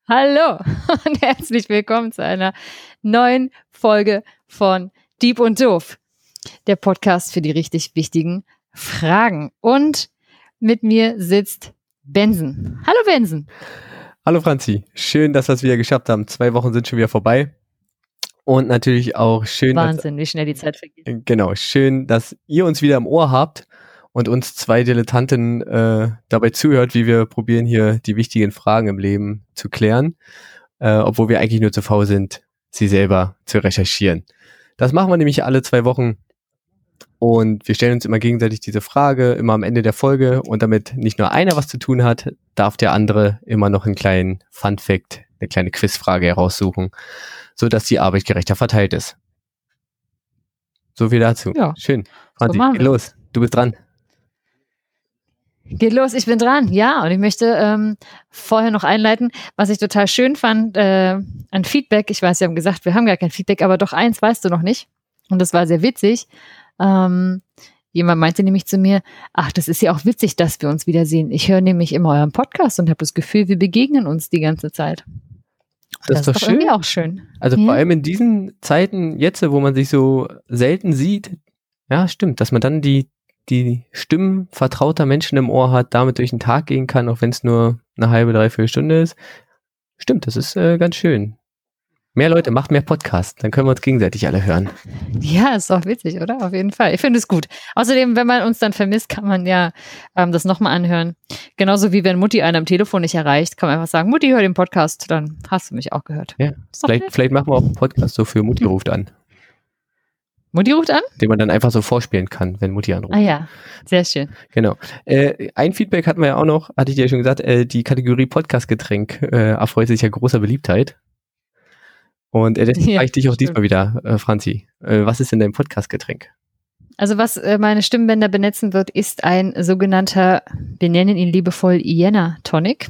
Hallo und herzlich willkommen zu einer neuen Folge von Dieb und Doof, der Podcast für die richtig wichtigen Fragen. Und mit mir sitzt Benson. Hallo Benson. Hallo Franzi, schön, dass wir es wieder geschafft haben. 2 Wochen sind schon wieder vorbei. Und natürlich auch schön, Wahnsinn, wie schnell die Zeit vergeht. Genau, schön, dass ihr uns wieder im Ohr habt und uns 2 Dilettanten dabei zuhört, wie wir probieren, hier die wichtigen Fragen im Leben zu klären, obwohl wir eigentlich nur zu faul sind, sie selber zu recherchieren. Das machen wir nämlich alle 2 Wochen und wir stellen uns immer gegenseitig diese Frage, immer am Ende der Folge, und damit nicht nur einer was zu tun hat, darf der andere immer noch einen kleinen Fun-Fact, eine kleine Quizfrage heraussuchen, sodass die Arbeit gerechter verteilt ist. So viel dazu. Ja, schön. Franzi, so geht los. Du bist dran. Geht los, ich bin dran. Ja, und ich möchte vorher noch einleiten, was ich total schön fand, an Feedback. Ich weiß, Sie haben gesagt, wir haben gar kein Feedback, aber doch eins weißt du noch nicht. Und das war sehr witzig. Jemand meinte nämlich zu mir, ach, das ist ja auch witzig, dass wir uns wiedersehen. Ich höre nämlich immer euren Podcast und habe das Gefühl, wir begegnen uns die ganze Zeit. Das ist doch schön. Irgendwie auch schön. Also vor allem in diesen Zeiten jetzt, wo man sich so selten sieht, ja, stimmt, dass man dann die Stimmen vertrauter Menschen im Ohr hat, damit durch den Tag gehen kann, auch wenn es nur eine halbe, dreiviertel Stunde ist. Stimmt, das ist ganz schön. Mehr Leute, macht mehr Podcasts, dann können wir uns gegenseitig alle hören. Ja, ist auch witzig, oder? Auf jeden Fall. Ich finde es gut. Außerdem, wenn man uns dann vermisst, kann man ja das nochmal anhören. Genauso wie wenn Mutti einen am Telefon nicht erreicht, kann man einfach sagen, Mutti, hör den Podcast, dann hast du mich auch gehört. Ja, vielleicht machen wir auch einen Podcast so für Mutti ruft an. Mutti ruft an? Den man dann einfach so vorspielen kann, wenn Mutti anruft. Ah ja, sehr schön. Genau. Ein Feedback hatten wir ja auch noch, hatte ich dir ja schon gesagt, die Kategorie Podcast-Getränk erfreut sich ja großer Beliebtheit. Und deswegen frage ich dich auch diesmal wieder, Franzi, was ist denn dein Podcast-Getränk? Also was meine Stimmbänder benetzen wird, ist ein sogenannter, wir nennen ihn liebevoll Iena Tonic.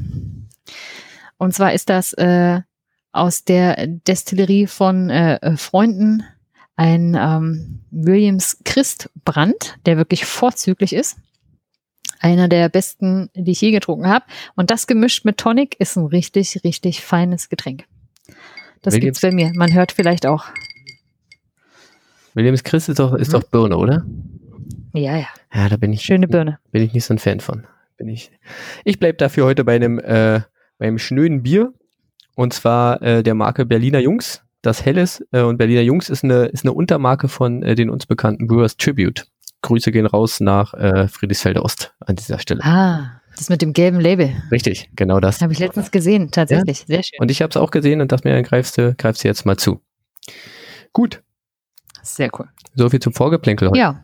Und zwar ist das aus der Destillerie von Freunden ein Williams Christ Brand, der wirklich vorzüglich ist. Einer der besten, die ich je getrunken habe. Und das gemischt mit Tonic ist ein richtig, richtig feines Getränk. Das gibt's bei mir. Man hört vielleicht auch. Williams Christ ist doch Birne, oder? Ja, ja. Ja, da bin ich. Schöne Birne. Bin ich nicht so ein Fan von. Ich bleib dafür heute bei einem schnöden Bier. Und zwar der Marke Berliner Jungs. Das Helles. Und Berliner Jungs ist eine Untermarke von den uns bekannten Brewers Tribute. Grüße gehen raus nach Friedrichsfelde Ost an dieser Stelle. Ah, das mit dem gelben Label. Richtig, genau das. Habe ich letztens gesehen, tatsächlich. Ja. Sehr schön. Und ich habe es auch gesehen und dachte mir, dann greifst du jetzt mal zu. Gut. Sehr cool. So viel zum Vorgeplänkel heute. Ja.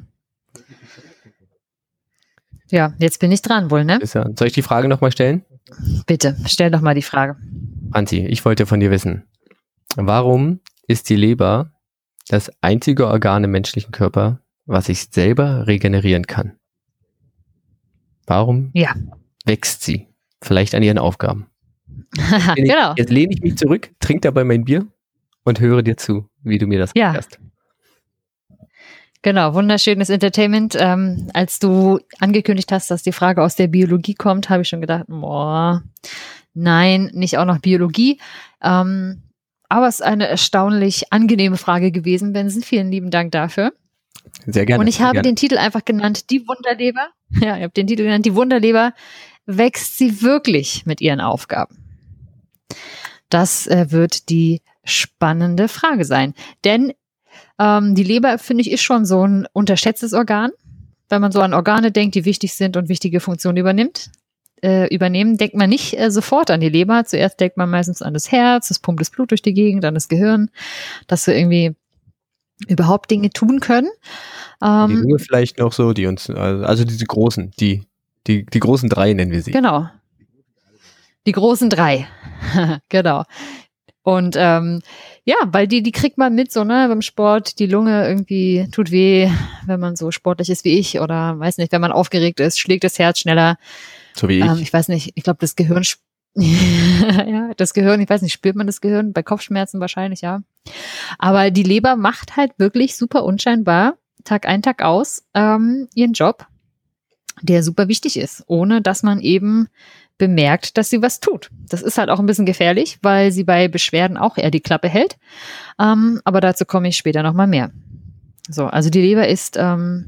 Ja, jetzt bin ich dran wohl, ne? Soll ich die Frage nochmal stellen? Bitte, stell doch mal die Frage. Franzi, ich wollte von dir wissen, warum ist die Leber das einzige Organ im menschlichen Körper, was sich selber regenerieren kann? Warum wächst sie? Vielleicht an ihren Aufgaben. Genau. Jetzt lehne ich mich zurück, trinke dabei mein Bier und höre dir zu, wie du mir das erklärst. Genau, wunderschönes Entertainment. Als du angekündigt hast, dass die Frage aus der Biologie kommt, habe ich schon gedacht, nein, nicht auch noch Biologie. Aber es ist eine erstaunlich angenehme Frage gewesen, Benson. Vielen lieben Dank dafür. Sehr gerne. Und ich habe den Titel einfach genannt, die Wunderleber. Ja, ich habe den Titel genannt, die Wunderleber. Wächst sie wirklich mit ihren Aufgaben? Das wird die spannende Frage sein. Denn die Leber, finde ich, ist schon so ein unterschätztes Organ. Wenn man so an Organe denkt, die wichtig sind und wichtige Funktionen übernehmen, denkt man nicht sofort an die Leber. Zuerst denkt man meistens an das Herz, das pumpt das Blut durch die Gegend, an das Gehirn, dass wir irgendwie überhaupt Dinge tun können. Die Lunge vielleicht noch so, die uns, also diese großen, die großen 3 nennen wir sie. Genau. Die großen 3. Genau. Und weil die kriegt man mit so, ne, beim Sport, die Lunge irgendwie tut weh, wenn man so sportlich ist wie ich oder weiß nicht, wenn man aufgeregt ist, schlägt das Herz schneller. So wie ich. Ich weiß nicht, ich glaube das Gehirn, ja, das Gehirn, ich weiß nicht, spürt man das Gehirn? Bei Kopfschmerzen wahrscheinlich, ja. Aber die Leber macht halt wirklich super unscheinbar, Tag ein, Tag aus, ihren Job, der super wichtig ist, ohne dass man eben bemerkt, dass sie was tut. Das ist halt auch ein bisschen gefährlich, weil sie bei Beschwerden auch eher die Klappe hält. Aber dazu komme ich später nochmal mehr. So, also die Leber ist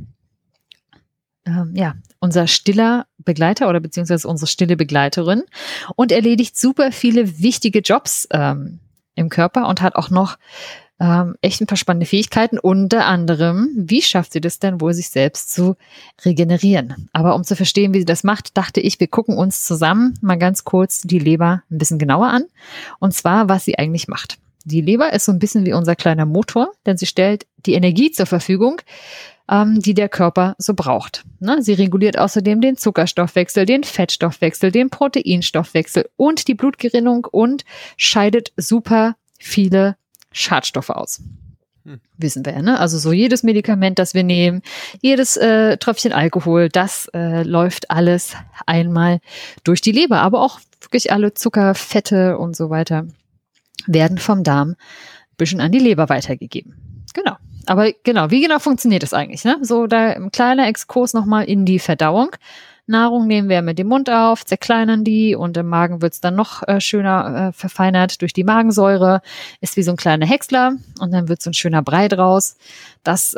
unser stiller Begleiter oder beziehungsweise unsere stille Begleiterin und erledigt super viele wichtige Jobs im Körper und hat auch noch echt ein paar spannende Fähigkeiten, unter anderem, wie schafft sie das denn wohl, sich selbst zu regenerieren? Aber um zu verstehen, wie sie das macht, dachte ich, wir gucken uns zusammen mal ganz kurz die Leber ein bisschen genauer an, und zwar, was sie eigentlich macht. Die Leber ist so ein bisschen wie unser kleiner Motor, denn sie stellt die Energie zur Verfügung, die der Körper so braucht. Ne? Sie reguliert außerdem den Zuckerstoffwechsel, den Fettstoffwechsel, den Proteinstoffwechsel und die Blutgerinnung und scheidet super viele Schadstoffe aus. Wissen wir ja, ne? Also so jedes Medikament, das wir nehmen, jedes Tröpfchen Alkohol, das läuft alles einmal durch die Leber. Aber auch wirklich alle Zucker, Fette und so weiter werden vom Darm ein bisschen an die Leber weitergegeben. Genau. Aber genau, wie genau funktioniert das eigentlich? Ne? So, da ein kleiner Exkurs nochmal in die Verdauung. Nahrung nehmen wir mit dem Mund auf, zerkleinern die und im Magen wird's dann noch schöner verfeinert durch die Magensäure. Ist wie so ein kleiner Häcksler und dann wird so ein schöner Brei draus. Das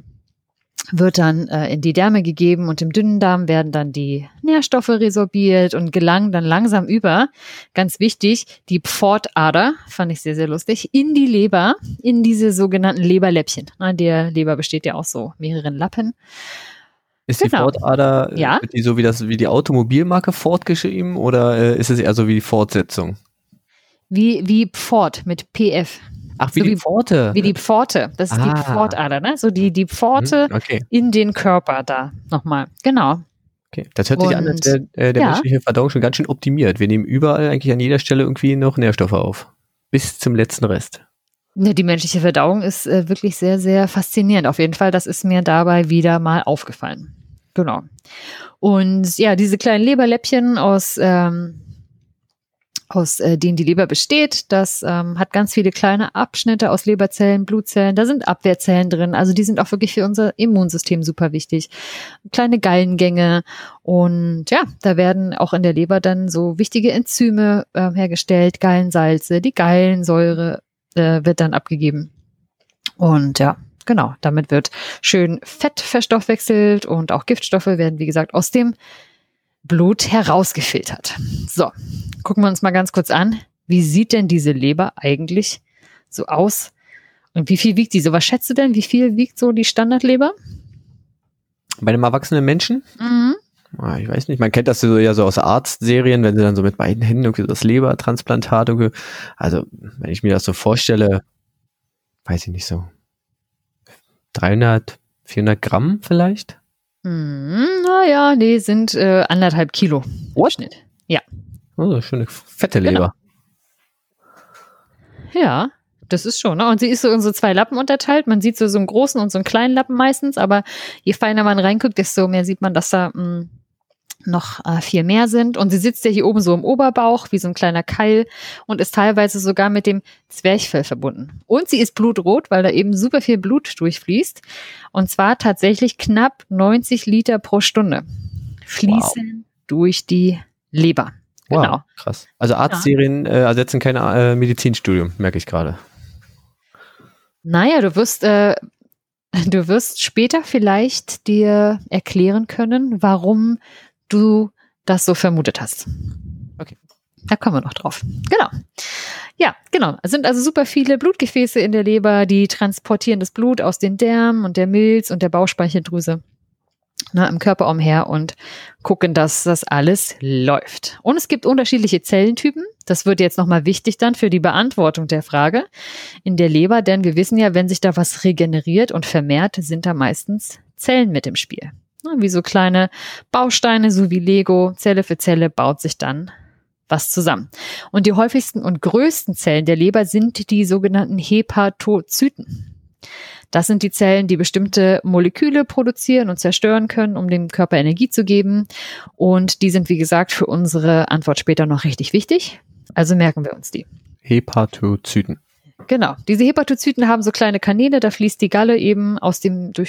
wird dann in die Därme gegeben und im dünnen Darm werden dann die Nährstoffe resorbiert und gelangen dann langsam über, ganz wichtig, die Pfortader, fand ich sehr, sehr lustig, in die Leber, in diese sogenannten Leberläppchen. Der Leber besteht ja aus so mehreren Lappen. Ist die Pfortader, wird die so wie die Automobilmarke Ford geschrieben oder ist es eher so wie die Fortsetzung? Wie Pfort mit PF. Ach, wie so die Pforte. Wie die Pforte. Das ist die Pfortader, ne? So die Pforte in den Körper da nochmal. Genau. Okay, das hört sich an, als wäre der menschliche Verdauung schon ganz schön optimiert. Wir nehmen überall eigentlich an jeder Stelle irgendwie noch Nährstoffe auf. Bis zum letzten Rest. Ja, die menschliche Verdauung ist wirklich sehr, sehr faszinierend. Auf jeden Fall, das ist mir dabei wieder mal aufgefallen. Genau. Und ja, diese kleinen Leberläppchen aus denen die Leber besteht. Das hat ganz viele kleine Abschnitte aus Leberzellen, Blutzellen, da sind Abwehrzellen drin. Also die sind auch wirklich für unser Immunsystem super wichtig. Kleine Gallengänge und ja, da werden auch in der Leber dann so wichtige Enzyme hergestellt, Gallensalze, die Gallensäure wird dann abgegeben. Und ja, genau, damit wird schön Fett verstoffwechselt und auch Giftstoffe werden, wie gesagt, aus dem Blut herausgefiltert. So, gucken wir uns mal ganz kurz an. Wie sieht denn diese Leber eigentlich so aus? Und wie viel wiegt die so? Was schätzt du denn? Wie viel wiegt so die Standardleber? Bei einem erwachsenen Menschen? Ich weiß nicht. Man kennt das ja so aus Arztserien, wenn sie dann so mit beiden Händen irgendwie das Lebertransplantat. Also, wenn ich mir das so vorstelle, weiß ich nicht so. 300, 400 Gramm vielleicht? Naja, nee, sind 1,5 Kilo. Schnitt. Ja. Oh, schöne fette Leber. Genau. Ja, das ist schon. Ne? Und sie ist so in so 2 Lappen unterteilt. Man sieht so einen großen und so einen kleinen Lappen meistens, aber je feiner man reinguckt, desto mehr sieht man, dass da noch viel mehr sind. Und sie sitzt ja hier oben so im Oberbauch, wie so ein kleiner Keil und ist teilweise sogar mit dem Zwerchfell verbunden. Und sie ist blutrot, weil da eben super viel Blut durchfließt. Und zwar tatsächlich knapp 90 Liter pro Stunde fließen durch die Leber. Wow, genau. Krass. Also Arztserien ersetzen kein Medizinstudium, merke ich gerade. Naja, du wirst später vielleicht dir erklären können, warum du das so vermutet hast. Okay. Da kommen wir noch drauf. Genau. Ja, genau. Es sind also super viele Blutgefäße in der Leber, die transportieren das Blut aus den Därmen und der Milz und der Bauchspeicheldrüse im Körper umher und gucken, dass das alles läuft. Und es gibt unterschiedliche Zellentypen. Das wird jetzt nochmal wichtig dann für die Beantwortung der Frage in der Leber, denn wir wissen ja, wenn sich da was regeneriert und vermehrt, sind da meistens Zellen mit im Spiel. Wie so kleine Bausteine, so wie Lego, Zelle für Zelle baut sich dann was zusammen. Und die häufigsten und größten Zellen der Leber sind die sogenannten Hepatozyten. Das sind die Zellen, die bestimmte Moleküle produzieren und zerstören können, um dem Körper Energie zu geben. Und die sind, wie gesagt, für unsere Antwort später noch richtig wichtig. Also merken wir uns die. Hepatozyten. Genau. Diese Hepatozyten haben so kleine Kanäle, da fließt die Galle eben aus dem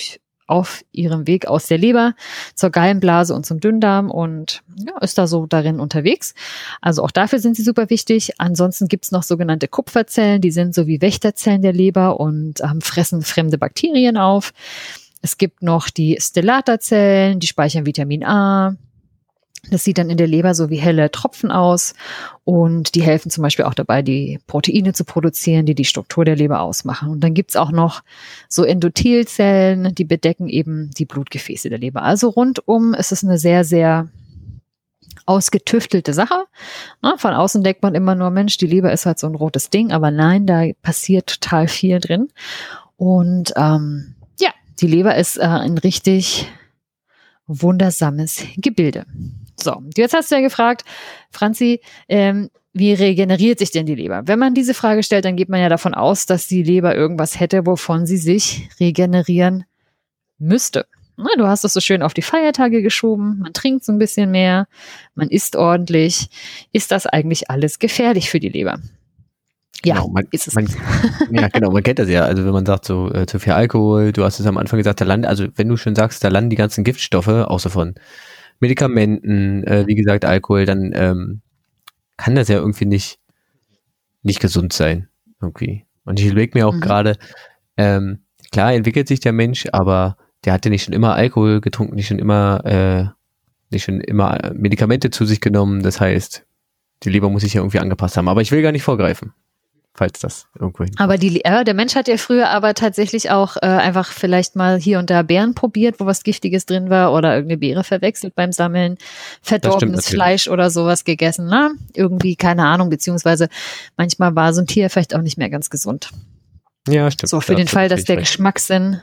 auf ihrem Weg aus der Leber zur Gallenblase und zum Dünndarm und ja, ist da so darin unterwegs. Also auch dafür sind sie super wichtig. Ansonsten gibt's noch sogenannte Kupferzellen, die sind so wie Wächterzellen der Leber und fressen fremde Bakterien auf. Es gibt noch die Stellata-Zellen, die speichern Vitamin A. Das sieht dann in der Leber so wie helle Tropfen aus und die helfen zum Beispiel auch dabei, die Proteine zu produzieren, die die Struktur der Leber ausmachen. Und dann gibt's auch noch so Endothelzellen, die bedecken eben die Blutgefäße der Leber. Also rundum ist es eine sehr, sehr ausgetüftelte Sache. Von außen denkt man immer nur, Mensch, die Leber ist halt so ein rotes Ding, aber nein, da passiert total viel drin. Und die Leber ist ein richtig wundersames Gebilde. So, jetzt hast du ja gefragt, Franzi, wie regeneriert sich denn die Leber? Wenn man diese Frage stellt, dann geht man ja davon aus, dass die Leber irgendwas hätte, wovon sie sich regenerieren müsste. Na, du hast das so schön auf die Feiertage geschoben, man trinkt so ein bisschen mehr, man isst ordentlich. Ist das eigentlich alles gefährlich für die Leber? Ja, genau, ist es. Genau, man kennt das ja. Also wenn man sagt, so zu viel Alkohol, du hast es am Anfang gesagt, also wenn du schon sagst, da landen die ganzen Giftstoffe, außer von Medikamenten, wie gesagt, Alkohol, dann kann das ja irgendwie nicht gesund sein. Irgendwie. Und ich überlege mir auch gerade, klar entwickelt sich der Mensch, aber der hat ja nicht schon immer Alkohol getrunken, nicht schon immer Medikamente zu sich genommen. Das heißt, die Leber muss sich ja irgendwie angepasst haben. Aber ich will gar nicht vorgreifen, falls das irgendwo hin. Aber der Mensch hat ja früher aber tatsächlich auch einfach vielleicht mal hier und da Beeren probiert, wo was Giftiges drin war oder irgendeine Beere verwechselt beim Sammeln, verdorbenes Fleisch oder sowas gegessen. Na? Irgendwie, keine Ahnung, beziehungsweise manchmal war so ein Tier vielleicht auch nicht mehr ganz gesund. Ja, stimmt. So, für den Fall, dass der Geschmackssinn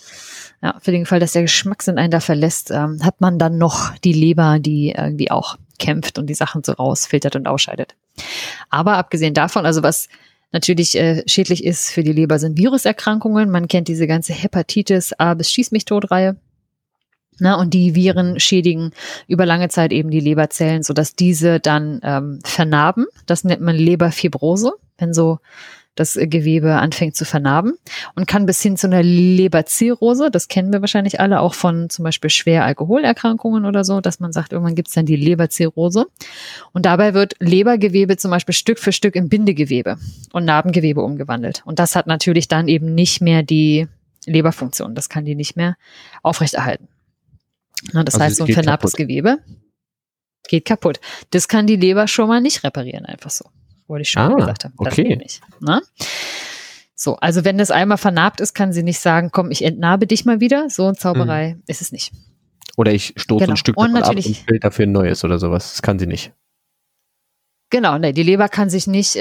einen da verlässt, hat man dann noch die Leber, die irgendwie auch kämpft und die Sachen so rausfiltert und ausscheidet. Aber abgesehen davon, also was natürlich schädlich ist für die Leber, sind Viruserkrankungen. Man kennt diese ganze Hepatitis A bis Schieß-mich-tot-Reihe. Und die Viren schädigen über lange Zeit eben die Leberzellen, sodass diese dann vernarben. Das nennt man Leberfibrose, wenn so das Gewebe anfängt zu vernarben und kann bis hin zu einer Leberzirrhose, das kennen wir wahrscheinlich alle auch von zum Beispiel schwer Alkoholerkrankungen oder so, dass man sagt, irgendwann gibt es dann die Leberzirrhose und dabei wird Lebergewebe zum Beispiel Stück für Stück in Bindegewebe und Narbengewebe umgewandelt und das hat natürlich dann eben nicht mehr die Leberfunktion, das kann die nicht mehr aufrechterhalten. Das heißt, so ein vernarbtes Gewebe geht kaputt. Das kann die Leber schon mal nicht reparieren, einfach so. Wollte ich schon mal gesagt haben. Das okay. Nicht, ne? So, also wenn das einmal vernarbt ist, kann sie nicht sagen, komm, ich entnarbe dich mal wieder. So eine Zauberei ist es nicht. Oder ich stoße ein Stück davon ab und will dafür ein neues oder sowas. Das kann sie nicht. Genau, ne, die Leber kann sich nicht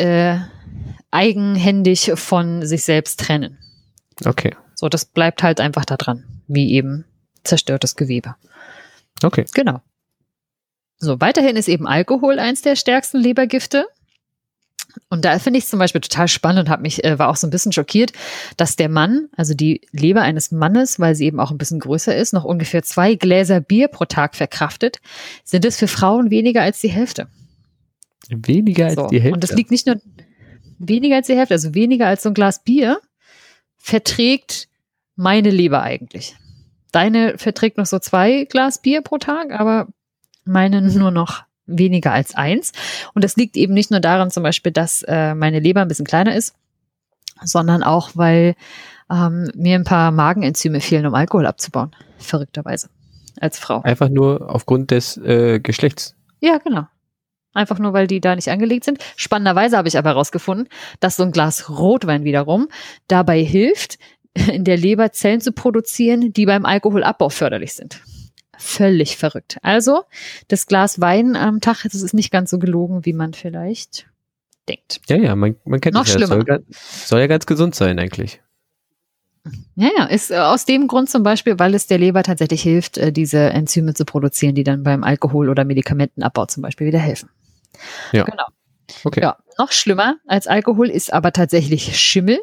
eigenhändig von sich selbst trennen. Okay. So, das bleibt halt einfach da dran, wie eben zerstörtes Gewebe. Okay. Genau. So, weiterhin ist eben Alkohol eins der stärksten Lebergifte. Und da finde ich es zum Beispiel total spannend und war auch so ein bisschen schockiert, dass der Mann, also die Leber eines Mannes, weil sie eben auch ein bisschen größer ist, noch ungefähr 2 Gläser Bier pro Tag verkraftet, sind es für Frauen weniger als die Hälfte. Weniger als die Hälfte? Und das liegt nicht nur weniger als die Hälfte, also weniger als so ein Glas Bier verträgt meine Leber eigentlich. Deine verträgt noch so 2 Glas Bier pro Tag, aber meine nur noch weniger als 1. Und das liegt eben nicht nur daran zum Beispiel, dass meine Leber ein bisschen kleiner ist, sondern auch, weil mir ein paar Magenenzyme fehlen, um Alkohol abzubauen. Verrückterweise. Als Frau. Einfach nur aufgrund des Geschlechts? Ja, genau. Einfach nur, weil die da nicht angelegt sind. Spannenderweise habe ich aber herausgefunden, dass so ein Glas Rotwein wiederum dabei hilft, in der Leber Zellen zu produzieren, die beim Alkoholabbau förderlich sind. Völlig verrückt. Also, das Glas Wein am Tag, das ist nicht ganz so gelogen, wie man vielleicht denkt. Ja, man kennt noch das ja. Schlimmer. Soll ja ganz gesund sein eigentlich. Ja, ist aus dem Grund zum Beispiel, weil es der Leber tatsächlich hilft, diese Enzyme zu produzieren, die dann beim Alkohol- oder Medikamentenabbau zum Beispiel wieder helfen. Ja. Genau. Okay. Ja, noch schlimmer als Alkohol ist aber tatsächlich Schimmel.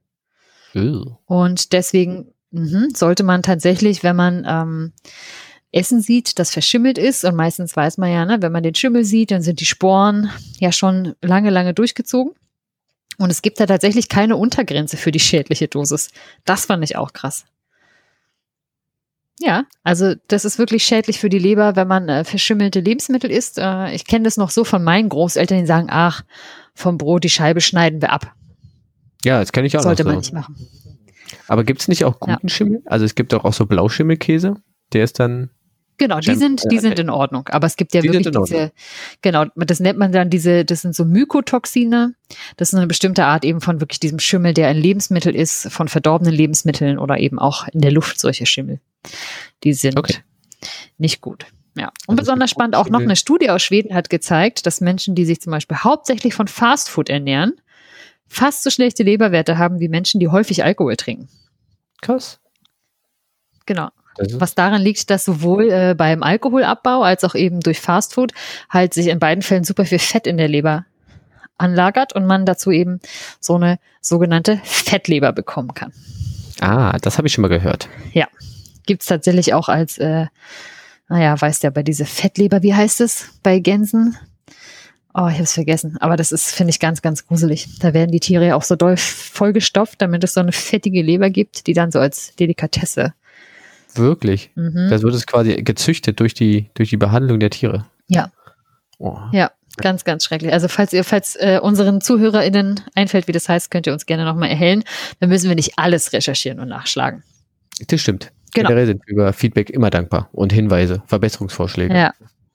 Und deswegen sollte man tatsächlich, wenn man Essen sieht, das verschimmelt ist, und meistens weiß man ja, ne, wenn man den Schimmel sieht, dann sind die Sporen ja schon lange, lange durchgezogen. Und es gibt da tatsächlich keine Untergrenze für die schädliche Dosis. Das fand ich auch krass. Ja, also das ist wirklich schädlich für die Leber, wenn man verschimmelte Lebensmittel isst. Ich kenne das noch so von meinen Großeltern, die sagen, ach, vom Brot die Scheibe schneiden wir ab. Ja, das kenne ich auch Sollte noch so. man nicht machen. Aber gibt es nicht auch guten Schimmel? Also es gibt doch auch so Blauschimmelkäse, der ist dann... Genau, die sind in Ordnung. Aber es gibt ja Die wirklich sind in Ordnung. genau, das nennt man dann das sind so Mykotoxine. Das ist eine bestimmte Art eben von wirklich diesem Schimmel, der ein Lebensmittel ist, von verdorbenen Lebensmitteln oder eben auch in der Luft solche Schimmel. Die sind nicht gut. Ja. Und besonders spannend, auch noch eine Studie aus Schweden hat gezeigt, dass Menschen, die sich zum Beispiel hauptsächlich von Fastfood ernähren, fast so schlechte Leberwerte haben wie Menschen, die häufig Alkohol trinken. Krass. Genau. Was daran liegt, dass sowohl beim Alkoholabbau als auch eben durch Fastfood halt sich in beiden Fällen super viel Fett in der Leber anlagert und man dazu eben so eine sogenannte Fettleber bekommen kann. Ah, das habe ich schon mal gehört. Ja, gibt es tatsächlich auch als, weißt ja, bei dieser Fettleber, wie heißt es bei Gänsen? Oh, ich habe es vergessen. Aber das ist, finde ich, ganz, ganz gruselig. Da werden die Tiere ja auch so doll vollgestopft, damit es so eine fettige Leber gibt, die dann so als Delikatesse. Wirklich? Mhm. Das wird es quasi gezüchtet durch die Behandlung der Tiere. Ja. Oh. Ja, ganz, ganz schrecklich. Also falls unseren ZuhörerInnen einfällt, wie das heißt, könnt ihr uns gerne nochmal erhellen. Dann müssen wir nicht alles recherchieren und nachschlagen. Das stimmt. Genau. Generell sind wir über Feedback immer dankbar und Hinweise, Verbesserungsvorschläge. Ja.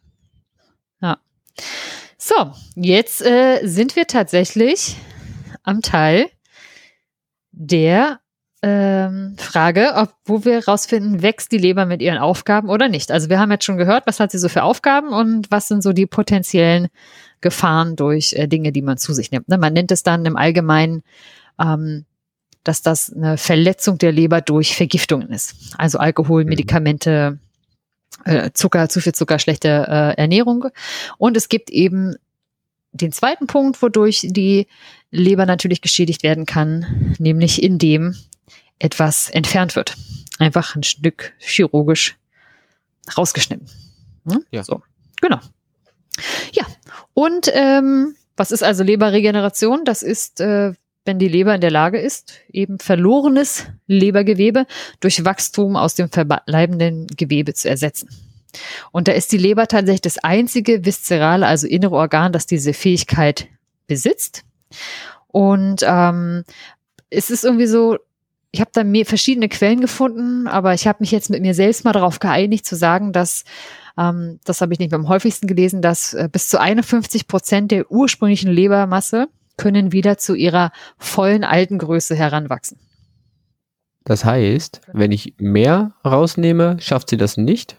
So, jetzt sind wir tatsächlich am Teil der Frage, wo wir rausfinden, wächst die Leber mit ihren Aufgaben oder nicht. Also wir haben jetzt schon gehört, was hat sie so für Aufgaben und was sind so die potenziellen Gefahren durch Dinge, die man zu sich nimmt. Ne? Man nennt es dann im Allgemeinen, dass das eine Verletzung der Leber durch Vergiftungen ist. Also Alkohol, Medikamente, Zucker, zu viel Zucker, schlechte Ernährung. Und es gibt eben den zweiten Punkt, wodurch die Leber natürlich geschädigt werden kann, nämlich indem etwas entfernt wird. Einfach ein Stück chirurgisch rausgeschnitten. Ja. So, genau. Ja, und was ist also Leberregeneration? Das ist, wenn die Leber in der Lage ist, eben verlorenes Lebergewebe durch Wachstum aus dem verbleibenden Gewebe zu ersetzen. Und da ist die Leber tatsächlich das einzige viszerale, also innere Organ, das diese Fähigkeit besitzt. Und es ist irgendwie so, ich habe da verschiedene Quellen gefunden, aber ich habe mich jetzt mit mir selbst mal darauf geeinigt, zu sagen, dass, das habe ich nicht am häufigsten gelesen, dass bis zu 51% der ursprünglichen Lebermasse können wieder zu ihrer vollen alten Größe heranwachsen. Das heißt, wenn ich mehr rausnehme, schafft sie das nicht?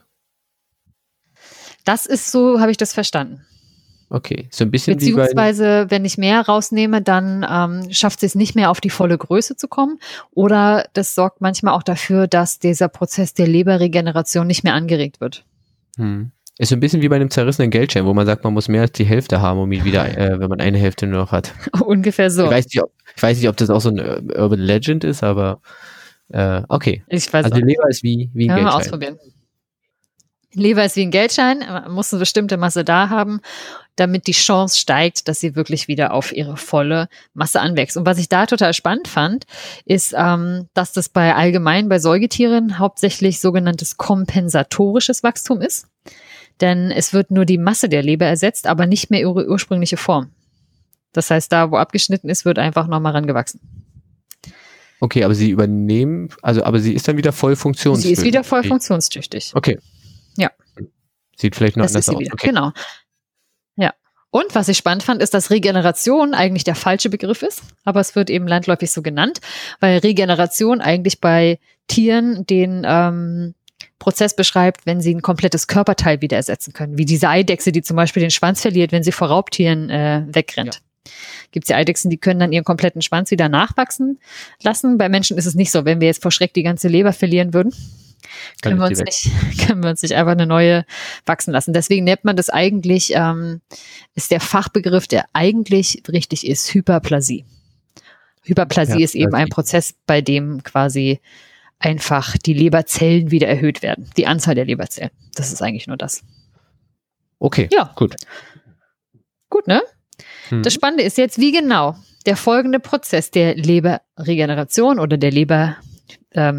Das ist so, habe ich das verstanden. Okay, so ein bisschen beziehungsweise, wenn ich mehr rausnehme, dann schafft sie es nicht mehr auf die volle Größe zu kommen. Oder das sorgt manchmal auch dafür, dass dieser Prozess der Leberregeneration nicht mehr angeregt wird. Ist so ein bisschen wie bei einem zerrissenen Geldschein, wo man sagt, man muss mehr als die Hälfte haben, um ihn wieder, wenn man eine Hälfte nur noch hat. Ungefähr so. Ich weiß nicht, ob das auch so ein Urban Legend ist, aber okay. Ich weiß also die Leber ist wie ein Geldschein. Mal ausprobieren. Leber ist wie ein Geldschein, man muss eine bestimmte Masse da haben, damit die Chance steigt, dass sie wirklich wieder auf ihre volle Masse anwächst. Und was ich da total spannend fand, ist, dass das bei Säugetieren hauptsächlich sogenanntes kompensatorisches Wachstum ist. Denn es wird nur die Masse der Leber ersetzt, aber nicht mehr ihre ursprüngliche Form. Das heißt, da, wo abgeschnitten ist, wird einfach nochmal rangewachsen. Okay, aber aber sie ist dann wieder voll funktionstüchtig. Sie ist wieder voll funktionstüchtig. Okay. Ja. Sieht vielleicht noch anders aus. Okay. Genau. Ja. Und was ich spannend fand, ist, dass Regeneration eigentlich der falsche Begriff ist, aber es wird eben landläufig so genannt, weil Regeneration eigentlich bei Tieren den Prozess beschreibt, wenn sie ein komplettes Körperteil wieder ersetzen können, wie diese Eidechse, die zum Beispiel den Schwanz verliert, wenn sie vor Raubtieren wegrennt. Ja. Gibt es ja Eidechsen, die können dann ihren kompletten Schwanz wieder nachwachsen lassen. Bei Menschen ist es nicht so. Wenn wir jetzt vor Schreck die ganze Leber verlieren würden, können wir uns nicht einfach eine neue wachsen lassen. Deswegen nennt man das eigentlich, ist der Fachbegriff, der eigentlich richtig ist, Hyperplasie. Hyperplasie ist eben ein Prozess, bei dem quasi einfach die Leberzellen wieder erhöht werden. Die Anzahl der Leberzellen. Das ist eigentlich nur das. Okay, ja. Gut, ne? Das Spannende ist jetzt, wie genau der folgende Prozess der Leberregeneration oder der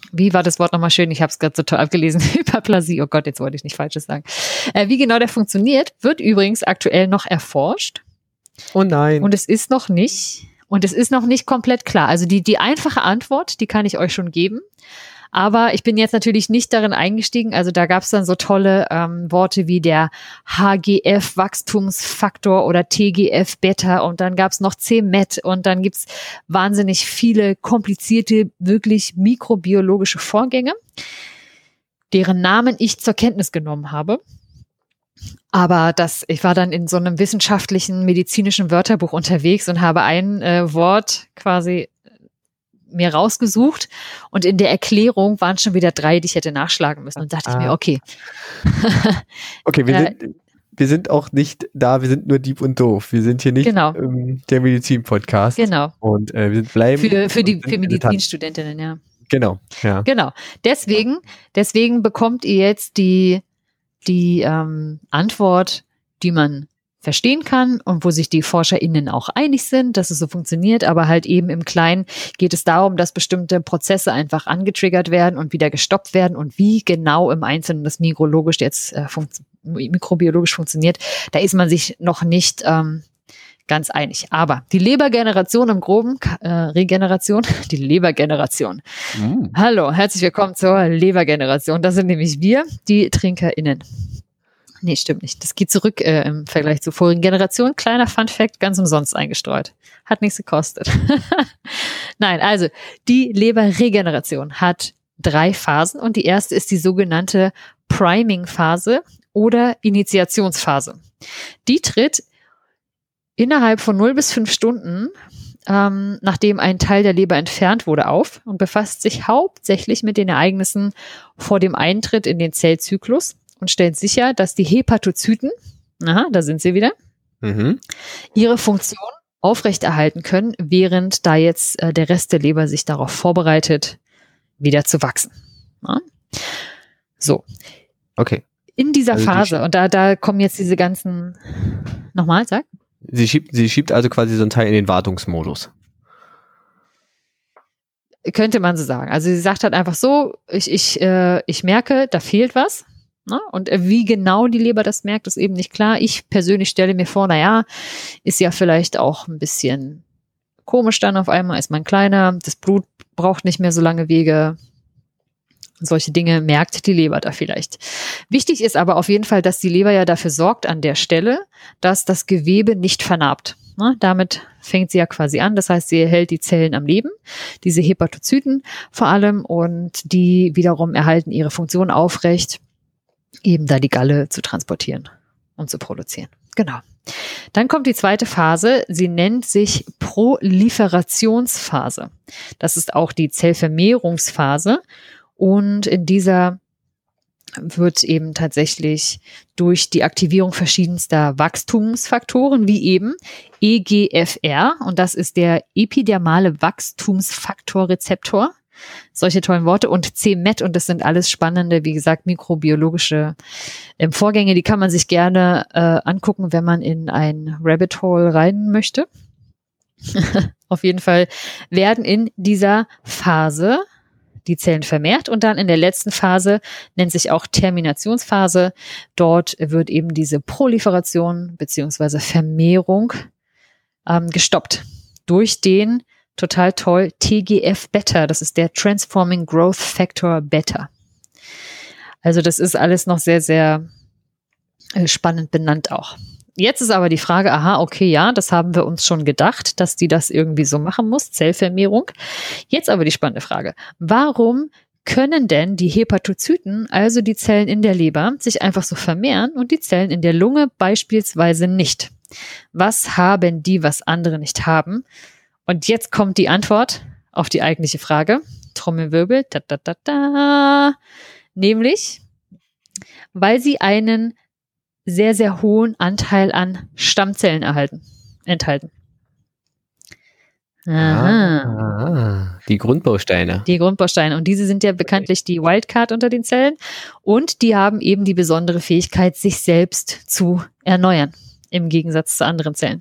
wie war das Wort nochmal schön? Ich habe es gerade so toll abgelesen. Hyperplasie. Oh Gott, jetzt wollte ich nicht Falsches sagen. Wie genau der funktioniert, wird übrigens aktuell noch erforscht. Oh nein. Und es ist noch nicht komplett klar. Also die einfache Antwort, die kann ich euch schon geben. Aber ich bin jetzt natürlich nicht darin eingestiegen. Also da gab es dann so tolle Worte wie der HGF-Wachstumsfaktor oder TGF-Beta und dann gab es noch C-Met und dann gibt's wahnsinnig viele komplizierte, wirklich mikrobiologische Vorgänge, deren Namen ich zur Kenntnis genommen habe. Aber ich war dann in so einem wissenschaftlichen, medizinischen Wörterbuch unterwegs und habe ein Wort quasi mir rausgesucht und in der Erklärung waren schon wieder 3, die ich hätte nachschlagen müssen. Und dachte ich mir, okay. Okay, wir sind auch nicht da, wir sind nur Dieb und Doof. Wir sind hier nicht der Medizin-Podcast. Genau. Und wir bleiben für Medizinstudentinnen, ja. Genau, ja. Genau. Deswegen bekommt ihr jetzt die Antwort, die man verstehen kann und wo sich die ForscherInnen auch einig sind, dass es so funktioniert, aber halt eben im Kleinen geht es darum, dass bestimmte Prozesse einfach angetriggert werden und wieder gestoppt werden und wie genau im Einzelnen das mikrobiologisch funktioniert, da ist man sich noch nicht ganz einig. Aber die Lebergeneration im Groben, die Lebergeneration. Hallo, herzlich willkommen zur Lebergeneration. Das sind nämlich wir, die TrinkerInnen. Nee, stimmt nicht. Das geht zurück im Vergleich zur vorigen Generation. Kleiner Fun-Fact, ganz umsonst eingestreut. Hat nichts gekostet. Nein, also die Leberregeneration hat 3 Phasen und die erste ist die sogenannte Priming-Phase oder Initiationsphase. Die tritt innerhalb von 0 bis 5 Stunden, nachdem ein Teil der Leber entfernt wurde, auf und befasst sich hauptsächlich mit den Ereignissen vor dem Eintritt in den Zellzyklus und stellt sicher, dass die Hepatozyten, da sind sie wieder, ihre Funktion aufrechterhalten können, während da jetzt der Rest der Leber sich darauf vorbereitet, wieder zu wachsen. Ja? So. Okay. In dieser Phase, und da kommen jetzt diese ganzen, nochmal, sag. Sie schiebt also quasi so einen Teil in den Wartungsmodus. Könnte man so sagen. Also sie sagt halt einfach so, ich merke, da fehlt was. Ne? Und wie genau die Leber das merkt, ist eben nicht klar. Ich persönlich stelle mir vor, ist ja vielleicht auch ein bisschen komisch dann auf einmal, ist man kleiner, das Blut braucht nicht mehr so lange Wege. Solche Dinge merkt die Leber da vielleicht. Wichtig ist aber auf jeden Fall, dass die Leber ja dafür sorgt an der Stelle, dass das Gewebe nicht vernarbt. Ne? Damit fängt sie ja quasi an. Das heißt, sie erhält die Zellen am Leben, diese Hepatozyten vor allem, und die wiederum erhalten ihre Funktion aufrecht, eben da die Galle zu transportieren und zu produzieren. Genau. Dann kommt die zweite Phase. Sie nennt sich Proliferationsphase. Das ist auch die Zellvermehrungsphase. Und in dieser wird eben tatsächlich durch die Aktivierung verschiedenster Wachstumsfaktoren, wie eben EGFR, und das ist der epidermale Wachstumsfaktorrezeptor, solche tollen Worte, und C-Met, und das sind alles spannende, wie gesagt, mikrobiologische Vorgänge, die kann man sich gerne angucken, wenn man in ein Rabbit Hole rein möchte. Auf jeden Fall werden in dieser Phase die Zellen vermehrt und dann in der letzten Phase, nennt sich auch Terminationsphase, dort wird eben diese Proliferation bzw. Vermehrung gestoppt durch den total toll TGF-Beta, das ist der Transforming Growth Factor Beta. Also das ist alles noch sehr, sehr spannend benannt auch. Jetzt ist aber die Frage, das haben wir uns schon gedacht, dass die das irgendwie so machen muss, Zellvermehrung. Jetzt aber die spannende Frage, warum können denn die Hepatozyten, also die Zellen in der Leber, sich einfach so vermehren und die Zellen in der Lunge beispielsweise nicht? Was haben die, was andere nicht haben? Und jetzt kommt die Antwort auf die eigentliche Frage, Trommelwirbel, nämlich, weil sie einen sehr, sehr hohen Anteil an Stammzellen enthalten. Aha. Die Grundbausteine. Die Grundbausteine. Und diese sind ja bekanntlich die Wildcard unter den Zellen. Und die haben eben die besondere Fähigkeit, sich selbst zu erneuern, im Gegensatz zu anderen Zellen.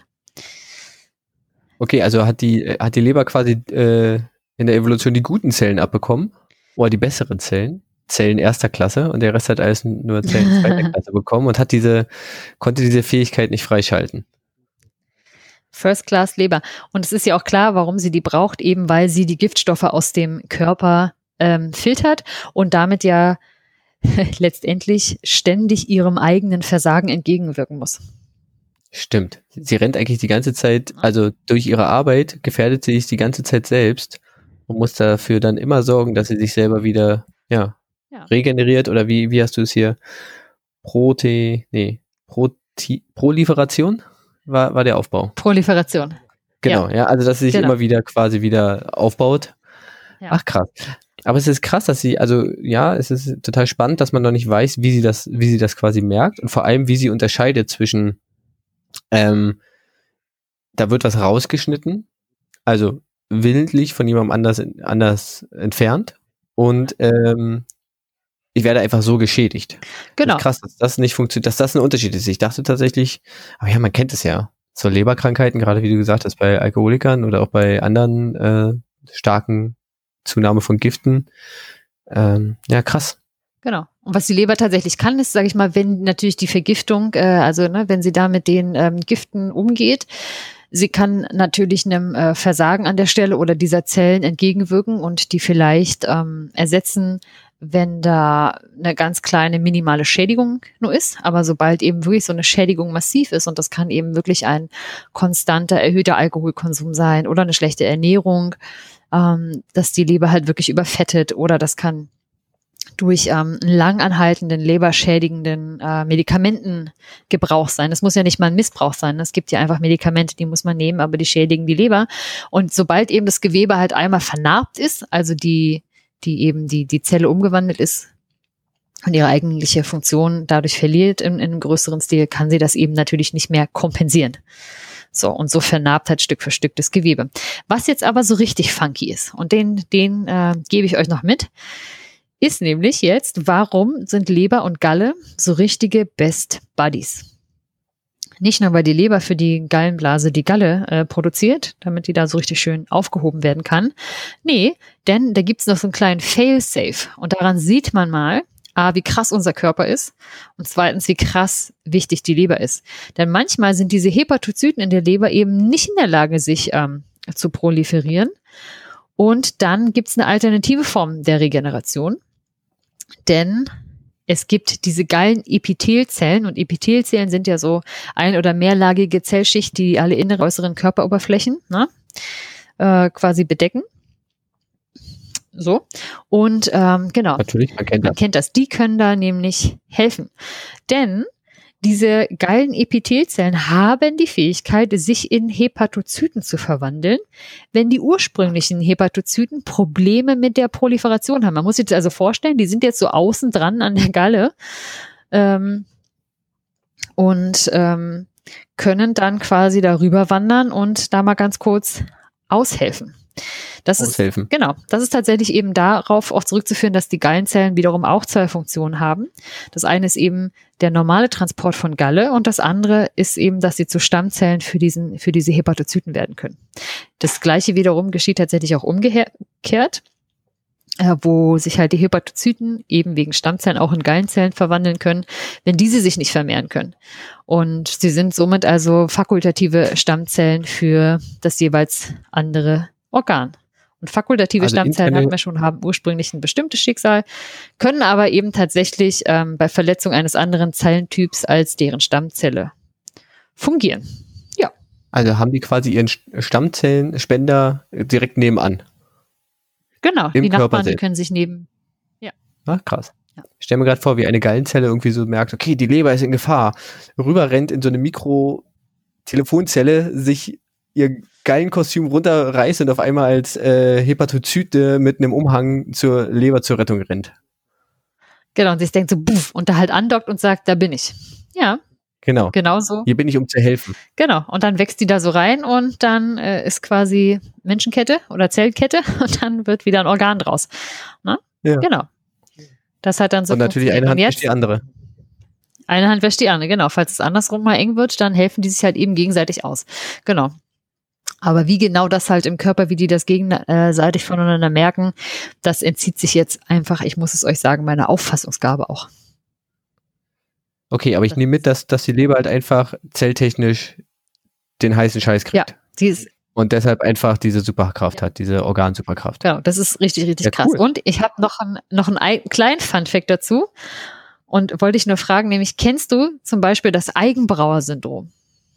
Okay, also hat die Leber quasi in der Evolution die guten Zellen abbekommen? die besseren Zellen erster Klasse und der Rest hat alles nur Zellen zweiter Klasse bekommen und konnte diese Fähigkeit nicht freischalten. First-Class-Leber. Und es ist ja auch klar, warum sie die braucht, eben weil sie die Giftstoffe aus dem Körper filtert und damit ja letztendlich ständig ihrem eigenen Versagen entgegenwirken muss. Stimmt. Sie rennt eigentlich die ganze Zeit, also durch ihre Arbeit gefährdet sie sich die ganze Zeit selbst und muss dafür dann immer sorgen, dass sie sich selber wieder regeneriert oder wie hast du es hier? Proliferation war der Aufbau. Proliferation. Genau, ja, also dass sie sich immer wieder quasi wieder aufbaut. Ja. Ach krass. Aber es ist krass, dass sie, also ja, es ist total spannend, dass man noch nicht weiß, wie sie das quasi merkt und vor allem, wie sie unterscheidet zwischen da wird was rausgeschnitten, also willentlich von jemandem anders entfernt und ich werde einfach so geschädigt. Genau. Das ist krass, dass das nicht funktioniert, dass das ein Unterschied ist. Ich dachte tatsächlich, aber ja, man kennt es ja. So Leberkrankheiten, gerade wie du gesagt hast, bei Alkoholikern oder auch bei anderen starken Zunahme von Giften. Ja, krass. Genau. Und was die Leber tatsächlich kann, ist, sage ich mal, wenn natürlich die Vergiftung, wenn sie da mit den Giften umgeht, sie kann natürlich einem Versagen an der Stelle oder dieser Zellen entgegenwirken und die vielleicht ersetzen, wenn da eine ganz kleine minimale Schädigung nur ist. Aber sobald eben wirklich so eine Schädigung massiv ist und das kann eben wirklich ein konstanter, erhöhter Alkoholkonsum sein oder eine schlechte Ernährung, dass die Leber halt wirklich überfettet oder das kann durch einen langanhaltenden, leberschädigenden Medikamentengebrauch sein. Das muss ja nicht mal ein Missbrauch sein. Es gibt ja einfach Medikamente, die muss man nehmen, aber die schädigen die Leber. Und sobald eben das Gewebe halt einmal vernarbt ist, also die Zelle umgewandelt ist und ihre eigentliche Funktion dadurch verliert in einem größeren Stil, kann sie das eben natürlich nicht mehr kompensieren. So, und so vernarbt halt Stück für Stück das Gewebe. Was jetzt aber so richtig funky ist, und den gebe ich euch noch mit, ist nämlich jetzt, warum sind Leber und Galle so richtige Best Buddies? Nicht nur, weil die Leber für die Gallenblase die Galle produziert, damit die da so richtig schön aufgehoben werden kann. Nee, denn da gibt's noch so einen kleinen Fail-Safe. Und daran sieht man mal, wie krass unser Körper ist und zweitens, wie krass wichtig die Leber ist. Denn manchmal sind diese Hepatozyten in der Leber eben nicht in der Lage, sich zu proliferieren. Und dann gibt's eine alternative Form der Regeneration. Denn es gibt diese Gallenepithelzellen und Epithelzellen sind ja so ein- oder mehrlagige Zellschicht, die alle inneren und äußeren Körperoberflächen quasi bedecken. So. Und genau. Natürlich, man kennt das. Die können da nämlich helfen. Denn diese Gallenepithelzellen haben die Fähigkeit, sich in Hepatozyten zu verwandeln, wenn die ursprünglichen Hepatozyten Probleme mit der Proliferation haben. Man muss sich das also vorstellen, die sind jetzt so außen dran an der Galle und können dann quasi darüber wandern und da mal ganz kurz aushelfen. Das ist tatsächlich eben darauf auch zurückzuführen, dass die Gallenzellen wiederum auch zwei Funktionen haben. Das eine ist eben der normale Transport von Galle und das andere ist eben, dass sie zu Stammzellen für diese Hepatozyten werden können. Das Gleiche wiederum geschieht tatsächlich auch umgekehrt, wo sich halt die Hepatozyten eben wegen Stammzellen auch in Gallenzellen verwandeln können, wenn diese sich nicht vermehren können. Und sie sind somit also fakultative Stammzellen für das jeweils andere Organ. Und fakultative Stammzellen, hatten wir schon, haben ursprünglich ein bestimmtes Schicksal, können aber eben tatsächlich bei Verletzung eines anderen Zellentyps als deren Stammzelle fungieren. Ja. Also haben die quasi ihren Stammzellenspender direkt nebenan. Genau, die Nachbarn, die können sich ja. Ach, krass. Ja. Ich stelle mir gerade vor, wie eine Gallenzelle irgendwie so merkt, okay, die Leber ist in Gefahr, rüber rennt in so eine Mikrotelefonzelle, sich ihr Gallenkostüm runterreißt und auf einmal als Hepatozyte mit einem Umhang zur Leber zur Rettung rennt. Genau, und sich denkt so, buff, und da halt andockt und sagt, da bin ich. Ja. Genau so. Hier bin ich, um zu helfen. Genau, und dann wächst die da so rein und dann ist quasi Menschenkette oder Zellkette und dann wird wieder ein Organ draus. Na? Ja. Genau. Das hat dann so. Und natürlich eine Hand wäscht die andere. Eine Hand wäscht die andere, genau. Falls es andersrum mal eng wird, dann helfen die sich halt eben gegenseitig aus. Genau. Aber wie genau das halt im Körper, wie die das gegenseitig voneinander merken, das entzieht sich jetzt einfach, ich muss es euch sagen, meiner Auffassungsgabe auch. Okay, aber ich nehme mit, dass die Leber halt einfach zelltechnisch den heißen Scheiß kriegt. Ja, die ist und deshalb einfach diese Superkraft hat, diese Organsuperkraft. Genau, das ist richtig, richtig krass. Cool. Und ich habe noch einen kleinen Funfact dazu und wollte ich nur fragen, nämlich kennst du zum Beispiel das Eigenbrauer-Syndrom?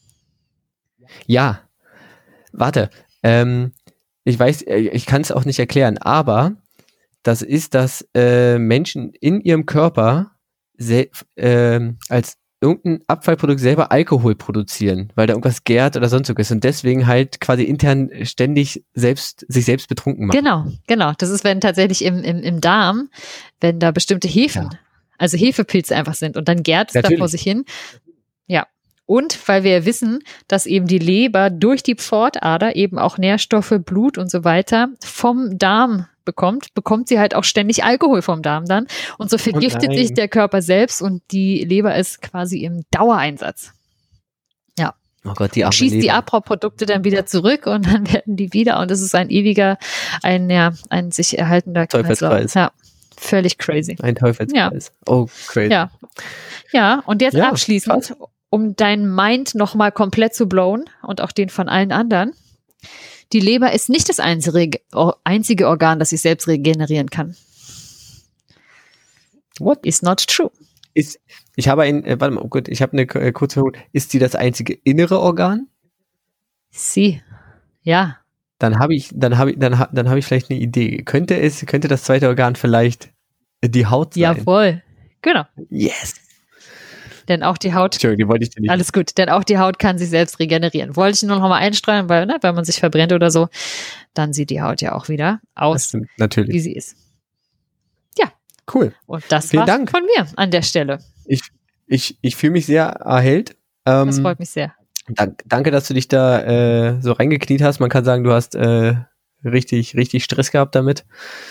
Ja, warte. Ich weiß, ich kann es auch nicht erklären, aber das ist, dass Menschen in ihrem Körper als irgendein Abfallprodukt selber Alkohol produzieren, weil da irgendwas gärt oder sonst was und deswegen halt quasi intern ständig sich selbst betrunken machen. Genau. Das ist, wenn tatsächlich im Darm, wenn da bestimmte Hefen, also Hefepilze einfach sind und dann gärt es da vor sich hin. Ja. Und weil wir ja wissen, dass eben die Leber durch die Pfortader eben auch Nährstoffe, Blut und so weiter vom Darm bekommt sie halt auch ständig Alkohol vom Darm dann. Und so vergiftet sich der Körper selbst und die Leber ist quasi im Dauereinsatz. Ja. Oh Gott, die arme schießt Leber. Die Abbauprodukte dann wieder zurück und dann werden die wieder und es ist ein ewiger, ein sich erhaltender Teufelskreis. Ja, völlig crazy. Ein Teufelskreis. Ja. Oh, crazy. Ja, und jetzt abschließend, um dein Mind nochmal komplett zu blowen und auch den von allen anderen. Die Leber ist nicht das einzige Organ, das sich selbst regenerieren kann. What? Is not true. Ich habe ich habe eine kurze Frage. Ist sie das einzige innere Organ? Sie. Ja. Dann habe ich vielleicht eine Idee. Könnte das zweite Organ vielleicht die Haut sein? Jawohl. Genau. Yes. Denn auch die Haut. Entschuldigung, die wollte ich dir nicht. Alles gut, denn auch die Haut kann sich selbst regenerieren. Wollte ich nur noch mal einstreuen, weil, wenn man sich verbrennt oder so, dann sieht die Haut ja auch wieder aus, natürlich, wie sie ist. Ja. Cool. Und das war's von mir an der Stelle. Ich fühle mich sehr erhellt. Das freut mich sehr. Danke, dass du dich da so reingekniet hast. Man kann sagen, du hast richtig, richtig Stress gehabt damit.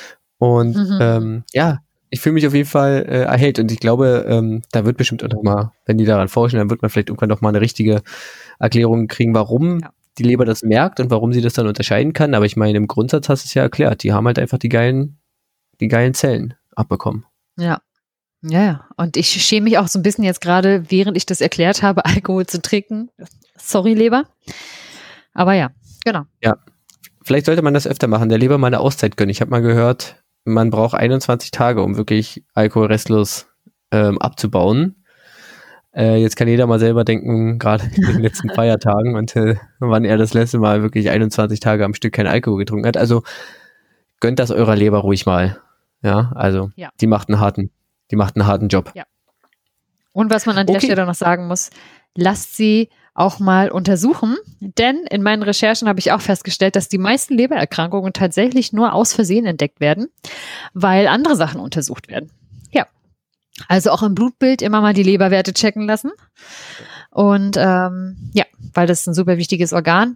Und ich fühle mich auf jeden Fall erhellt und ich glaube, da wird bestimmt auch nochmal, wenn die daran forschen, dann wird man vielleicht irgendwann nochmal eine richtige Erklärung kriegen, warum die Leber das merkt und warum sie das dann unterscheiden kann. Aber ich meine, im Grundsatz hast du es ja erklärt. Die haben halt einfach die geilen Zellen abbekommen. Ja. Und ich schäme mich auch so ein bisschen jetzt gerade, während ich das erklärt habe, Alkohol zu trinken. Sorry, Leber. Aber ja, genau. Ja, vielleicht sollte man das öfter machen, der Leber mal eine Auszeit gönnen. Ich habe mal gehört, man braucht 21 Tage, um wirklich Alkohol restlos abzubauen. Jetzt kann jeder mal selber denken, gerade in den letzten Feiertagen und wann er das letzte Mal wirklich 21 Tage am Stück kein Alkohol getrunken hat. Also gönnt das eurer Leber ruhig mal. Ja, also die macht einen harten Job. Ja. Und was man an der Stelle noch sagen muss, lasst sie auch mal untersuchen, denn in meinen Recherchen habe ich auch festgestellt, dass die meisten Lebererkrankungen tatsächlich nur aus Versehen entdeckt werden, weil andere Sachen untersucht werden. Ja, also auch im Blutbild immer mal die Leberwerte checken lassen und weil das ist ein super wichtiges Organ.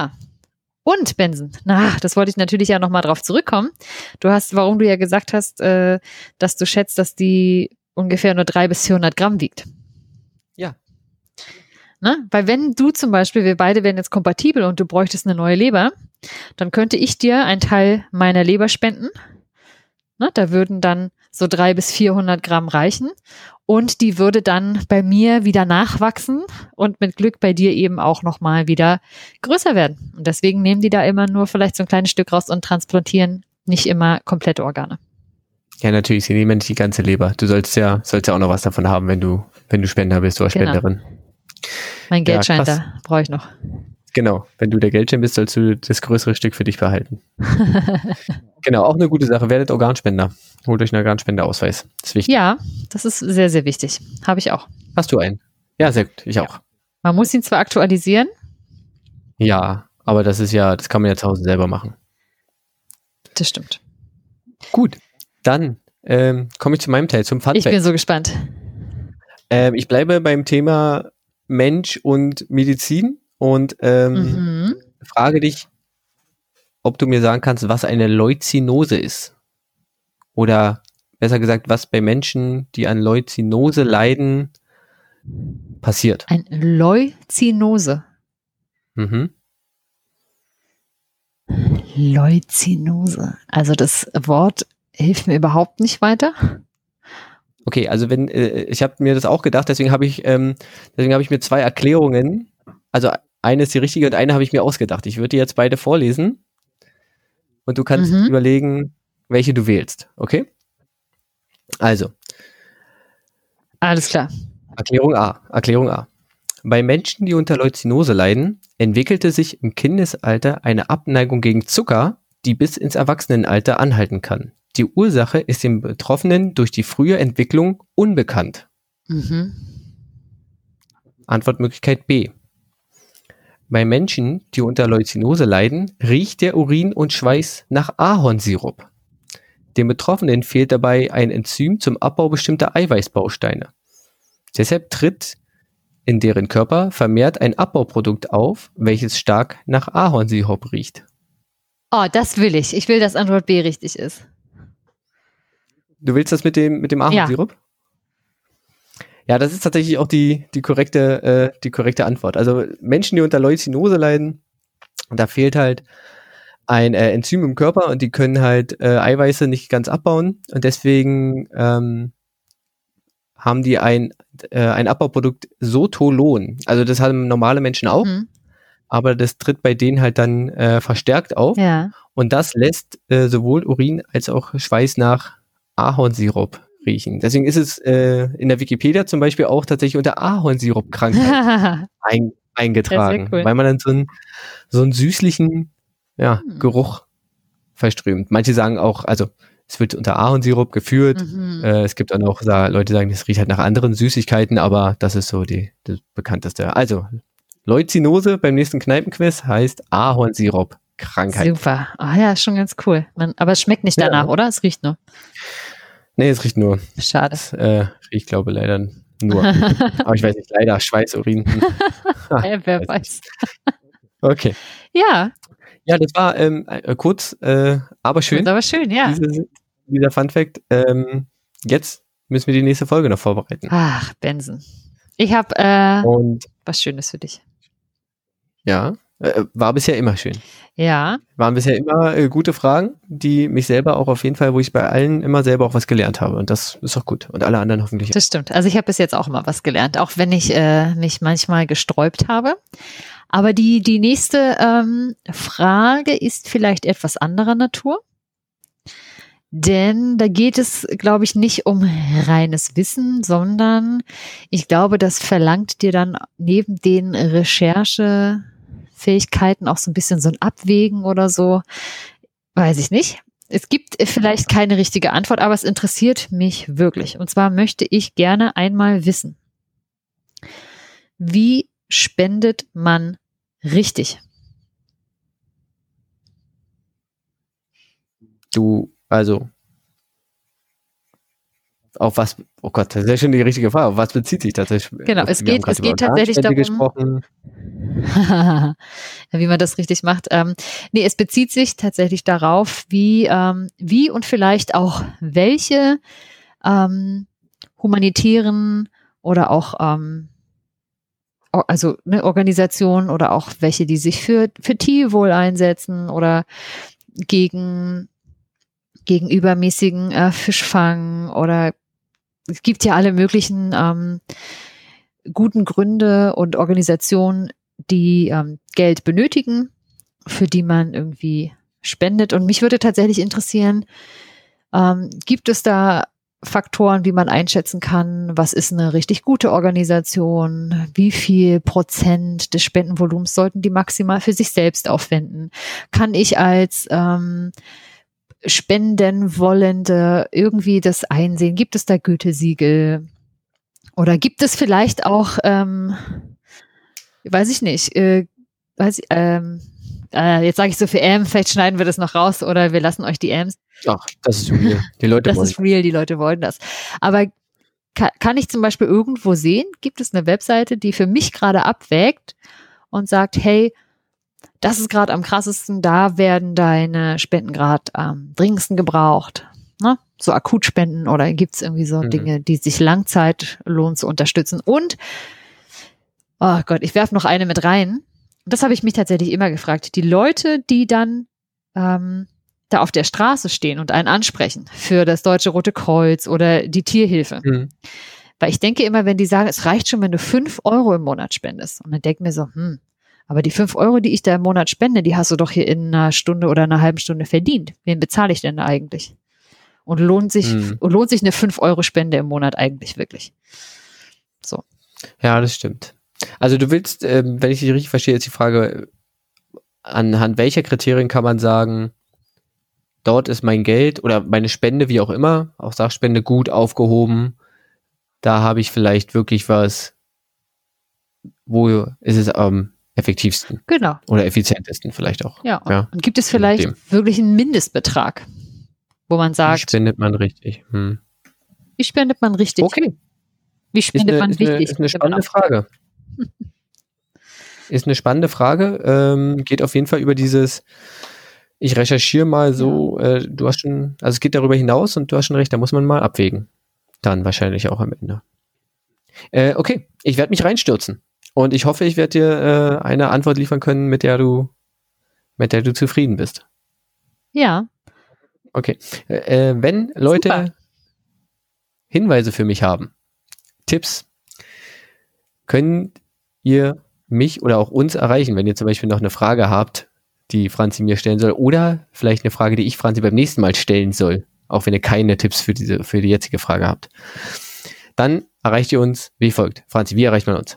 Und Benson, das wollte ich natürlich ja nochmal drauf zurückkommen. Warum du ja gesagt hast, dass du schätzt, dass die ungefähr nur 300 bis 400 Gramm wiegt. Ja. Ne? Weil wenn du zum Beispiel, wir beide wären jetzt kompatibel und du bräuchtest eine neue Leber, dann könnte ich dir einen Teil meiner Leber spenden. Ne? Da würden dann so 300 bis 400 Gramm reichen und die würde dann bei mir wieder nachwachsen und mit Glück bei dir eben auch nochmal wieder größer werden. Und deswegen nehmen die da immer nur vielleicht so ein kleines Stück raus und transplantieren nicht immer komplette Organe. Ja, natürlich, sie nehmen nicht die ganze Leber. Du sollst ja auch noch was davon haben, wenn du Spender bist oder Spenderin. Mein Geldschein, da brauche ich noch. Genau, wenn du der Geldschein bist, sollst du das größere Stück für dich behalten. Genau, auch eine gute Sache. Werdet Organspender. Holt euch einen Organspendeausweis. Das ist wichtig. Ja, das ist sehr, sehr wichtig. Habe ich auch. Hast du einen? Ja, sehr gut. Ich auch. Man muss ihn zwar aktualisieren. Ja, aber das kann man ja zu Hause selber machen. Das stimmt. Gut, dann komme ich zu meinem Teil, zum Funfact. Ich bin so gespannt. Ich bleibe beim Thema Mensch und Medizin und frage dich, ob du mir sagen kannst, was eine Leucinose ist. Oder besser gesagt, was bei Menschen, die an Leucinose leiden, passiert. Ein Leucinose. Mhm. Leucinose. Also das Wort hilft mir überhaupt nicht weiter. Okay, also wenn ich habe mir das auch gedacht, deswegen habe ich mir 2 Erklärungen, also eine ist die richtige und eine habe ich mir ausgedacht. Ich würde dir jetzt beide vorlesen und du kannst überlegen, welche du wählst, okay? Also, alles klar. Erklärung A. Bei Menschen, die unter Leucinose leiden, entwickelte sich im Kindesalter eine Abneigung gegen Zucker, die bis ins Erwachsenenalter anhalten kann. Die Ursache ist den Betroffenen durch die frühe Entwicklung unbekannt. Antwortmöglichkeit B. Bei Menschen, die unter Leucinose leiden, riecht der Urin und Schweiß nach Ahornsirup. Den Betroffenen fehlt dabei ein Enzym zum Abbau bestimmter Eiweißbausteine. Deshalb tritt in deren Körper vermehrt ein Abbauprodukt auf, welches stark nach Ahornsirup riecht. Oh, das will ich. Ich will, dass Antwort B richtig ist. Du willst das mit dem Ahornsirup? Ja, das ist tatsächlich auch die korrekte Antwort. Also Menschen, die unter Leucinose leiden, da fehlt halt ein Enzym im Körper und die können halt Eiweiße nicht ganz abbauen und deswegen haben die ein Abbauprodukt Sotolon. Also das haben normale Menschen auch, aber das tritt bei denen halt dann verstärkt auf und das lässt sowohl Urin als auch Schweiß nach Ahornsirup riechen. Deswegen ist es in der Wikipedia zum Beispiel auch tatsächlich unter Ahornsirup-Krankheit eingetragen, cool. Weil man dann so einen süßlichen Geruch verströmt. Manche sagen auch, also es wird unter Ahornsirup geführt. Es gibt dann auch Leute, die sagen, das riecht halt nach anderen Süßigkeiten, aber das ist so das bekannteste. Also Leucinose beim nächsten Kneipenquiz heißt Ahornsirup-Krankheit. Super. Ah ja, schon ganz cool. Aber es schmeckt nicht danach, oder? Es riecht nur. Nee, es riecht nur. Schade. Es riecht, glaube ich, leider nur. Aber ich weiß nicht, leider Schweiß, Urin. Wer weiß. Okay. Ja. Ja, das war kurz, aber schön. Kurz, aber schön, ja. Dieser Funfact. Jetzt müssen wir die nächste Folge noch vorbereiten. Ach, Benson. Ich habe was Schönes für dich. Ja, war bisher immer schön. Ja. Waren bisher immer gute Fragen, die mich selber auch auf jeden Fall, wo ich bei allen immer selber auch was gelernt habe. Und das ist auch gut. Und alle anderen hoffentlich auch. Das stimmt. Also ich habe bis jetzt auch immer was gelernt, auch wenn ich mich manchmal gesträubt habe. Aber die nächste Frage ist vielleicht etwas anderer Natur. Denn da geht es, glaube ich, nicht um reines Wissen, sondern ich glaube, das verlangt dir dann neben den Recherchefähigkeiten auch so ein bisschen so ein Abwägen oder so. Weiß ich nicht. Es gibt vielleicht keine richtige Antwort, aber es interessiert mich wirklich. Und zwar möchte ich gerne einmal wissen, wie spendet man richtig? Also, auf was, oh Gott, das ist ja schon die richtige Frage, auf was bezieht sich das? Genau, es geht tatsächlich darum, wie man das richtig macht. Es bezieht sich tatsächlich darauf, wie und vielleicht auch welche humanitären oder auch Organisationen oder auch welche, die sich für Tierwohl einsetzen oder gegen übermäßigen Fischfang oder es gibt ja alle möglichen guten Gründe und Organisationen, die Geld benötigen, für die man irgendwie spendet. Und mich würde tatsächlich interessieren, gibt es da Faktoren, wie man einschätzen kann, was ist eine richtig gute Organisation, wie viel Prozent des Spendenvolumens sollten die maximal für sich selbst aufwenden? Kann ich als Spendenwollende irgendwie das einsehen? Gibt es da Gütesiegel? Oder gibt es vielleicht auch, weiß ich nicht, jetzt sage ich so viel vielleicht schneiden wir das noch raus oder wir lassen euch die Ams. Ach, das ist real. Die Leute wollen das. Das ist real, die Leute wollen das. Aber kann ich zum Beispiel irgendwo sehen, gibt es eine Webseite, die für mich gerade abwägt und sagt, hey, das ist gerade am krassesten, da werden deine Spenden gerade am dringendsten gebraucht. Ne? So Akutspenden oder gibt es irgendwie so Dinge, die sich Langzeit lohnen zu unterstützen. Und, oh Gott, ich werfe noch eine mit rein. Das habe ich mich tatsächlich immer gefragt. Die Leute, die dann da auf der Straße stehen und einen ansprechen für das Deutsche Rote Kreuz oder die Tierhilfe. Mhm. Weil ich denke immer, wenn die sagen, es reicht schon, wenn du 5 Euro im Monat spendest. Und dann denke ich mir so, aber die 5 Euro, die ich da im Monat spende, die hast du doch hier in einer Stunde oder einer halben Stunde verdient. Wen bezahle ich denn da eigentlich? Und lohnt sich eine 5-Euro-Spende im Monat eigentlich wirklich? So. Ja, das stimmt. Also du willst, wenn ich dich richtig verstehe, ist die Frage, anhand welcher Kriterien kann man sagen, dort ist mein Geld oder meine Spende, wie auch immer, auch Sachspende, gut aufgehoben. Da habe ich vielleicht wirklich was, wo ist es am effektivsten? Genau. Oder effizientesten vielleicht auch. Ja. Und gibt es vielleicht wirklich einen Mindestbetrag, wo man sagt, wie spendet man richtig? Wie spendet man richtig? Okay. Wie spendet man wichtig? Ist eine spannende Frage. Ist eine spannende Frage. Geht auf jeden Fall über dieses, ich recherchiere mal so, du hast schon, also es geht darüber hinaus und du hast schon recht, da muss man mal abwägen. Dann wahrscheinlich auch am Ende. Okay, ich werde mich reinstürzen. Und ich hoffe, ich werde dir eine Antwort liefern können, mit der du zufrieden bist. Ja. Okay. Wenn Leute Super. Hinweise für mich haben, Tipps, könnt ihr mich oder auch uns erreichen, wenn ihr zum Beispiel noch eine Frage habt, die Franzi mir stellen soll, oder vielleicht eine Frage, die ich Franzi beim nächsten Mal stellen soll, auch wenn ihr keine Tipps für die jetzige Frage habt. Dann erreicht ihr uns wie folgt. Franzi, wie erreicht man uns?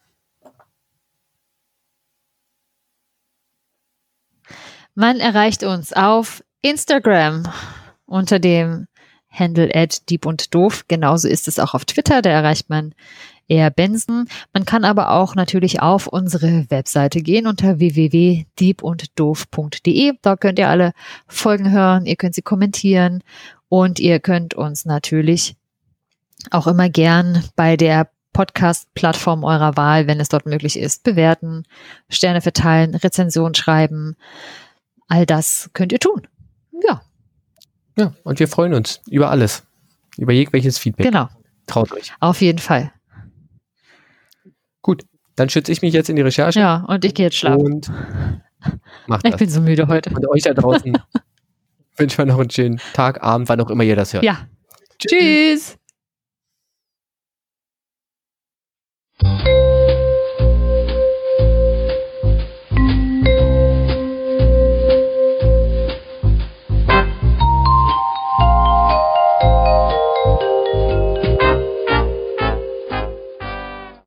Man erreicht uns auf Instagram unter dem Handle @diebunddoof. Genauso ist es auch auf Twitter, da erreicht man eher Benson. Man kann aber auch natürlich auf unsere Webseite gehen unter www.diebunddoof.de. Da könnt ihr alle Folgen hören, ihr könnt sie kommentieren und ihr könnt uns natürlich auch immer gern bei der Podcast-Plattform eurer Wahl, wenn es dort möglich ist, bewerten, Sterne verteilen, Rezension schreiben. All das könnt ihr tun. Ja. Ja, und wir freuen uns über alles. Über jegliches Feedback. Genau. Traut euch. Auf jeden Fall. Gut, dann schütze ich mich jetzt in die Recherche. Ja, und ich gehe jetzt schlafen. Und macht das. Ich bin so müde heute. Und euch da draußen wünsche ich mir noch einen schönen Tag, Abend, wann auch immer ihr das hört. Ja. Tschüss.